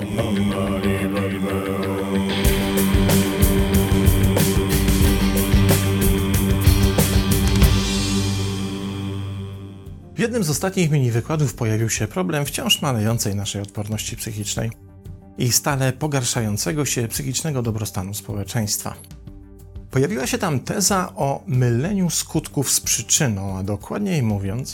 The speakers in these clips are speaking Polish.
W jednym z ostatnich mini-wykładów pojawił się problem wciąż malejącej naszej odporności psychicznej i stale pogarszającego się psychicznego dobrostanu społeczeństwa. Pojawiła się tam teza o myleniu skutków z przyczyną, a dokładniej mówiąc,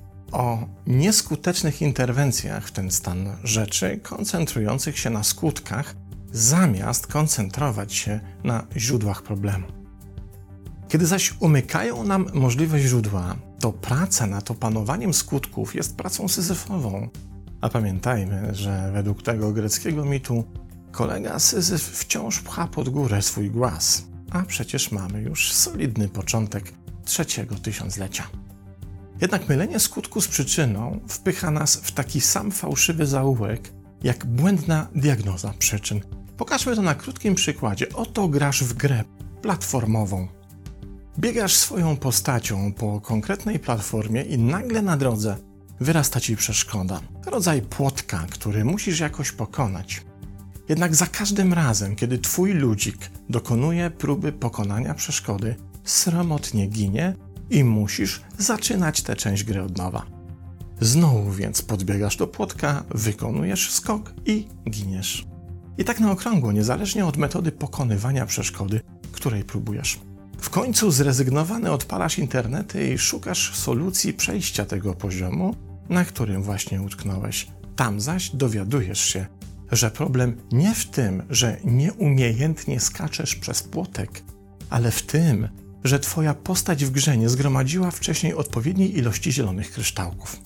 o nieskutecznych interwencjach w ten stan rzeczy, koncentrujących się na skutkach, zamiast koncentrować się na źródłach problemu. Kiedy zaś umykają nam możliwe źródła, to praca nad opanowaniem skutków jest pracą syzyfową. A pamiętajmy, że według tego greckiego mitu kolega Syzyf wciąż pcha pod górę swój głaz, a przecież mamy już solidny początek trzeciego tysiąclecia. Jednak mylenie skutku z przyczyną wpycha nas w taki sam fałszywy zaułek, jak błędna diagnoza przyczyn. Pokażmy to na krótkim przykładzie. Oto grasz w grę platformową. Biegasz swoją postacią po konkretnej platformie i nagle na drodze wyrasta ci przeszkoda. Rodzaj płotka, który musisz jakoś pokonać. Jednak za każdym razem, kiedy twój ludzik dokonuje próby pokonania przeszkody, sromotnie ginie i musisz zaczynać tę część gry od nowa. Znowu więc podbiegasz do płotka, wykonujesz skok i giniesz. I tak na okrągło, niezależnie od metody pokonywania przeszkody, której próbujesz. W końcu zrezygnowany odpalasz internety i szukasz solucji przejścia tego poziomu, na którym właśnie utknąłeś. Tam zaś dowiadujesz się, że problem nie w tym, że nieumiejętnie skaczesz przez płotek, ale w tym, że twoja postać w grze nie zgromadziła wcześniej odpowiedniej ilości zielonych kryształków.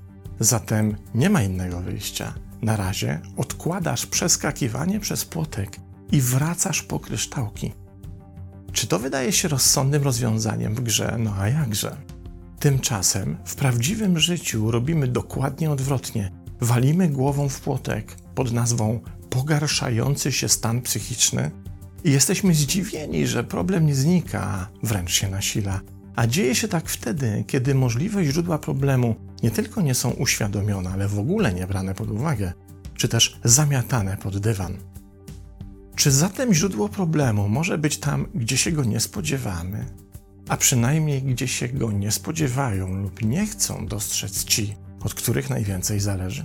Zatem nie ma innego wyjścia. Na razie odkładasz przeskakiwanie przez płotek i wracasz po kryształki. Czy to wydaje się rozsądnym rozwiązaniem w grze? No a jakże? Tymczasem w prawdziwym życiu robimy dokładnie odwrotnie. Walimy głową w płotek pod nazwą pogarszający się stan psychiczny i jesteśmy zdziwieni, że problem nie znika, a wręcz się nasila. A dzieje się tak wtedy, kiedy możliwe źródła problemu nie tylko nie są uświadomione, ale w ogóle nie brane pod uwagę, czy też zamiatane pod dywan. Czy zatem źródło problemu może być tam, gdzie się go nie spodziewamy, a przynajmniej gdzie się go nie spodziewają lub nie chcą dostrzec ci, od których najwięcej zależy?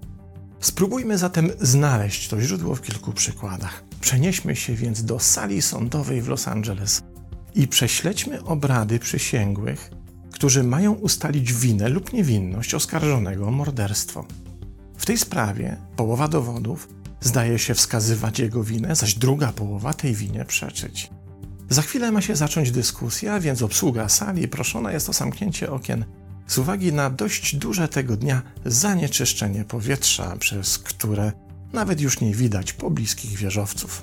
Spróbujmy zatem znaleźć to źródło w kilku przykładach. Przenieśmy się więc do sali sądowej w Los Angeles i prześledźmy obrady przysięgłych, którzy mają ustalić winę lub niewinność oskarżonego o morderstwo. W tej sprawie połowa dowodów zdaje się wskazywać jego winę, zaś druga połowa tej winie przeczyć. Za chwilę ma się zacząć dyskusja, więc obsługa sali proszona jest o zamknięcie okien z uwagi na dość duże tego dnia zanieczyszczenie powietrza, przez które nawet już nie widać pobliskich wieżowców.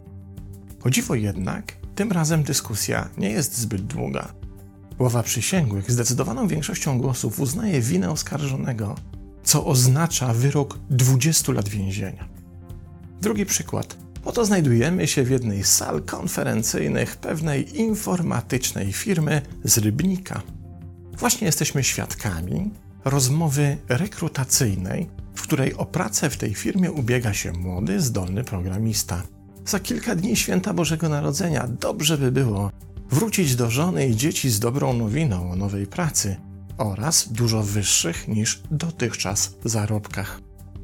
O dziwo jednak, tym razem dyskusja nie jest zbyt długa. Ława przysięgłych zdecydowaną większością głosów uznaje winę oskarżonego, co oznacza wyrok 20 lat więzienia. Drugi przykład. Oto znajdujemy się w jednej z sal konferencyjnych pewnej informatycznej firmy z Rybnika. Właśnie jesteśmy świadkami rozmowy rekrutacyjnej, w której o pracę w tej firmie ubiega się młody, zdolny programista. Za kilka dni święta Bożego Narodzenia dobrze by było wrócić do żony i dzieci z dobrą nowiną o nowej pracy oraz dużo wyższych niż dotychczas zarobkach.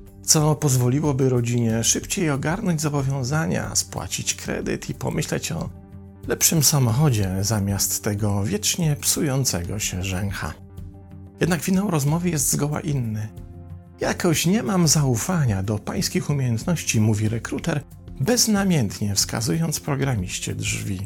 Co pozwoliłoby rodzinie szybciej ogarnąć zobowiązania, spłacić kredyt i pomyśleć o lepszym samochodzie zamiast tego wiecznie psującego się rzęcha. Jednak finał rozmowy jest zgoła inny. Jakoś nie mam zaufania do pańskich umiejętności, mówi rekruter, beznamiętnie wskazując programiście drzwi.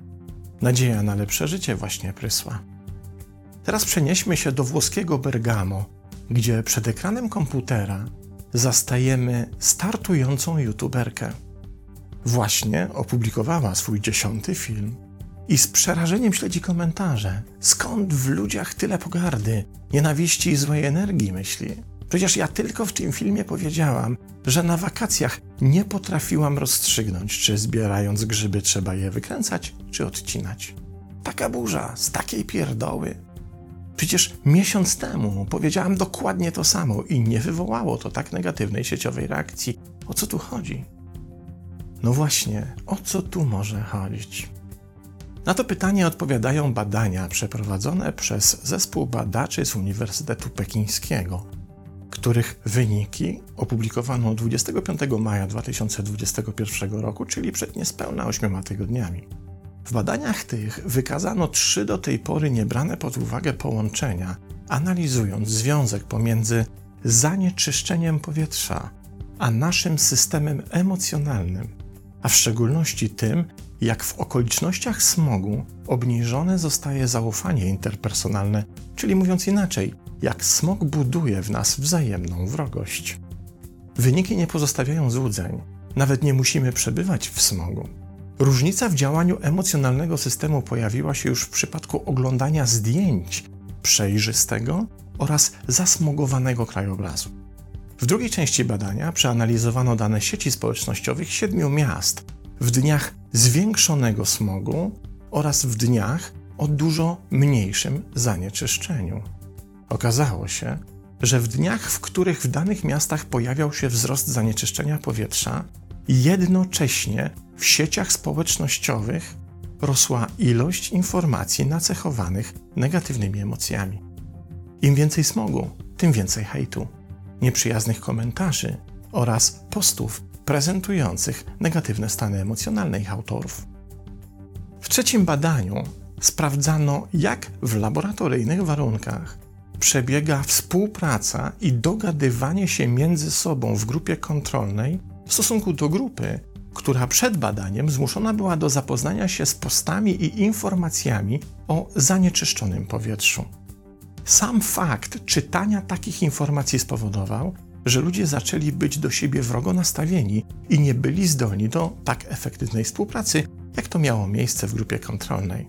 Nadzieja na lepsze życie właśnie prysła. Teraz przenieśmy się do włoskiego Bergamo, gdzie przed ekranem komputera zastajemy startującą youtuberkę. Właśnie opublikowała swój 10. film i z przerażeniem śledzi komentarze. Skąd w ludziach tyle pogardy, nienawiści i złej energii, myśli? Przecież ja tylko w tym filmie powiedziałam, że na wakacjach nie potrafiłam rozstrzygnąć, czy zbierając grzyby trzeba je wykręcać, czy odcinać. Taka burza, z takiej pierdoły. Przecież miesiąc temu powiedziałam dokładnie to samo i nie wywołało to tak negatywnej sieciowej reakcji. O co tu chodzi? No właśnie, o co tu może chodzić? Na to pytanie odpowiadają badania przeprowadzone przez zespół badaczy z Uniwersytetu Pekińskiego, których wyniki opublikowano 25 maja 2021 roku, czyli przed niespełna 8 tygodniami. W badaniach tych wykazano 3 do tej pory niebrane pod uwagę połączenia, analizując związek pomiędzy zanieczyszczeniem powietrza a naszym systemem emocjonalnym, a w szczególności tym, jak w okolicznościach smogu obniżone zostaje zaufanie interpersonalne, czyli mówiąc inaczej, jak smog buduje w nas wzajemną wrogość. Wyniki nie pozostawiają złudzeń, nawet nie musimy przebywać w smogu. Różnica w działaniu emocjonalnego systemu pojawiła się już w przypadku oglądania zdjęć przejrzystego oraz zasmogowanego krajobrazu. W drugiej części badania przeanalizowano dane sieci społecznościowych 7 miast w dniach zwiększonego smogu oraz w dniach o dużo mniejszym zanieczyszczeniu. Okazało się, że w dniach, w których w danych miastach pojawiał się wzrost zanieczyszczenia powietrza, jednocześnie w sieciach społecznościowych rosła ilość informacji nacechowanych negatywnymi emocjami. Im więcej smogu, tym więcej hejtu, nieprzyjaznych komentarzy oraz postów prezentujących negatywne stany emocjonalne ich autorów. W trzecim badaniu sprawdzano, jak w laboratoryjnych warunkach przebiega współpraca i dogadywanie się między sobą w grupie kontrolnej w stosunku do grupy, która przed badaniem zmuszona była do zapoznania się z postami i informacjami o zanieczyszczonym powietrzu. Sam fakt czytania takich informacji spowodował, że ludzie zaczęli być do siebie wrogo nastawieni i nie byli zdolni do tak efektywnej współpracy, jak to miało miejsce w grupie kontrolnej.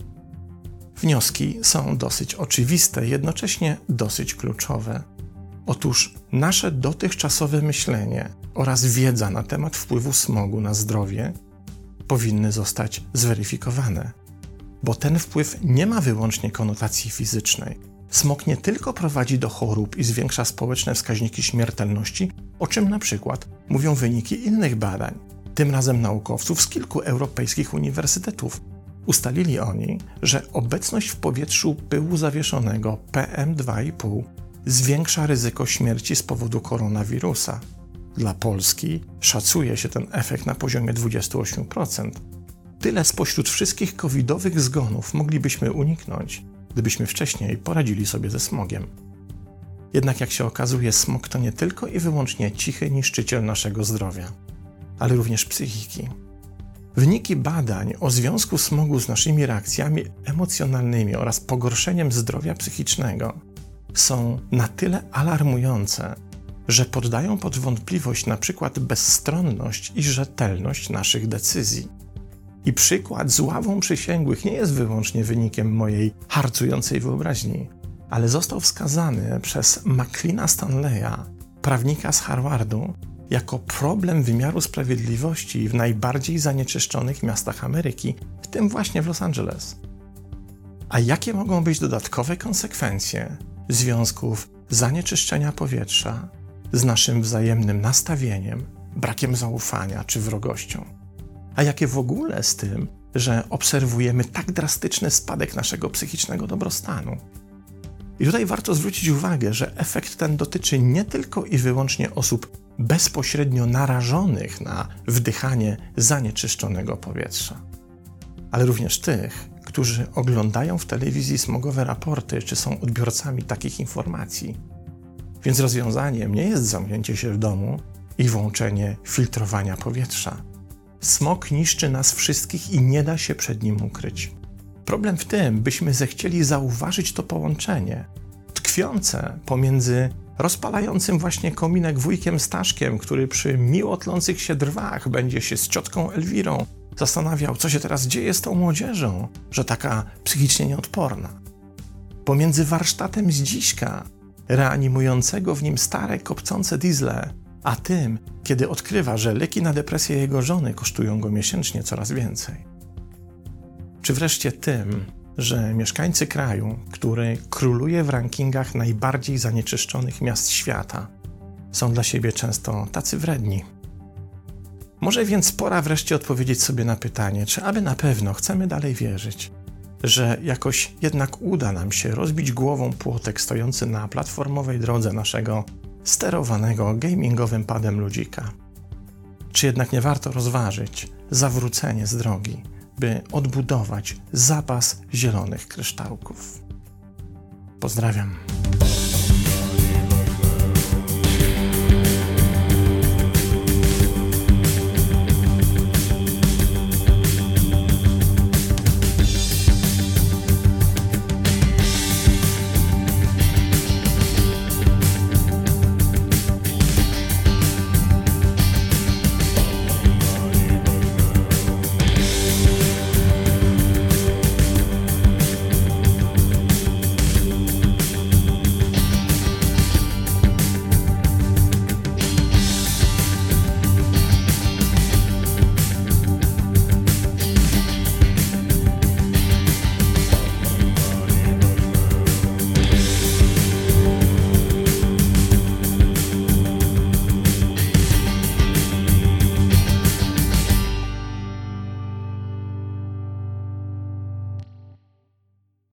Wnioski są dosyć oczywiste, jednocześnie dosyć kluczowe. Otóż nasze dotychczasowe myślenie oraz wiedza na temat wpływu smogu na zdrowie powinny zostać zweryfikowane, bo ten wpływ nie ma wyłącznie konotacji fizycznej. Smog nie tylko prowadzi do chorób i zwiększa społeczne wskaźniki śmiertelności, o czym na przykład mówią wyniki innych badań, tym razem naukowców z kilku europejskich uniwersytetów. Ustalili oni, że obecność w powietrzu pyłu zawieszonego PM2,5 zwiększa ryzyko śmierci z powodu koronawirusa. Dla Polski szacuje się ten efekt na poziomie 28%. Tyle spośród wszystkich covidowych zgonów moglibyśmy uniknąć, gdybyśmy wcześniej poradzili sobie ze smogiem. Jednak jak się okazuje, smog to nie tylko i wyłącznie cichy niszczyciel naszego zdrowia, ale również psychiki. Wyniki badań o związku smogu z naszymi reakcjami emocjonalnymi oraz pogorszeniem zdrowia psychicznego są na tyle alarmujące, że poddają pod wątpliwość na przykład bezstronność i rzetelność naszych decyzja. I przykład z ławą przysięgłych nie jest wyłącznie wynikiem mojej harcującej wyobraźni, ale został wskazany przez Macleana Stanleya, prawnika z Harvardu, jako problem wymiaru sprawiedliwości w najbardziej zanieczyszczonych miastach Ameryki, w tym właśnie w Los Angeles. A jakie mogą być dodatkowe konsekwencje związków zanieczyszczenia powietrza z naszym wzajemnym nastawieniem, brakiem zaufania czy wrogością? A jakie w ogóle z tym, że obserwujemy tak drastyczny spadek naszego psychicznego dobrostanu? I tutaj warto zwrócić uwagę, że efekt ten dotyczy nie tylko i wyłącznie osób bezpośrednio narażonych na wdychanie zanieczyszczonego powietrza, ale również tych, którzy oglądają w telewizji smogowe raporty, czy są odbiorcami takich informacji. Więc rozwiązaniem nie jest zamknięcie się w domu i włączenie filtrowania powietrza. Smog niszczy nas wszystkich i nie da się przed nim ukryć. Problem w tym, byśmy zechcieli zauważyć to połączenie, tkwiące pomiędzy rozpalającym właśnie kominek wujkiem Staszkiem, który przy miło tlących się drwach będzie się z ciotką Elwirą zastanawiał, co się teraz dzieje z tą młodzieżą, że taka psychicznie nieodporna. Pomiędzy warsztatem z dziśka, reanimującego w nim stare, kopcące diesle, a tym, kiedy odkrywa, że leki na depresję jego żony kosztują go miesięcznie coraz więcej. Czy wreszcie tym, że mieszkańcy kraju, który króluje w rankingach najbardziej zanieczyszczonych miast świata, są dla siebie często tacy wredni. Może więc pora wreszcie odpowiedzieć sobie na pytanie, czy aby na pewno chcemy dalej wierzyć, że jakoś jednak uda nam się rozbić głową płotek stojący na platformowej drodze naszego sterowanego gamingowym padem ludzika. Czy jednak nie warto rozważyć zawrócenie z drogi, by odbudować zapas zielonych kryształków? Pozdrawiam.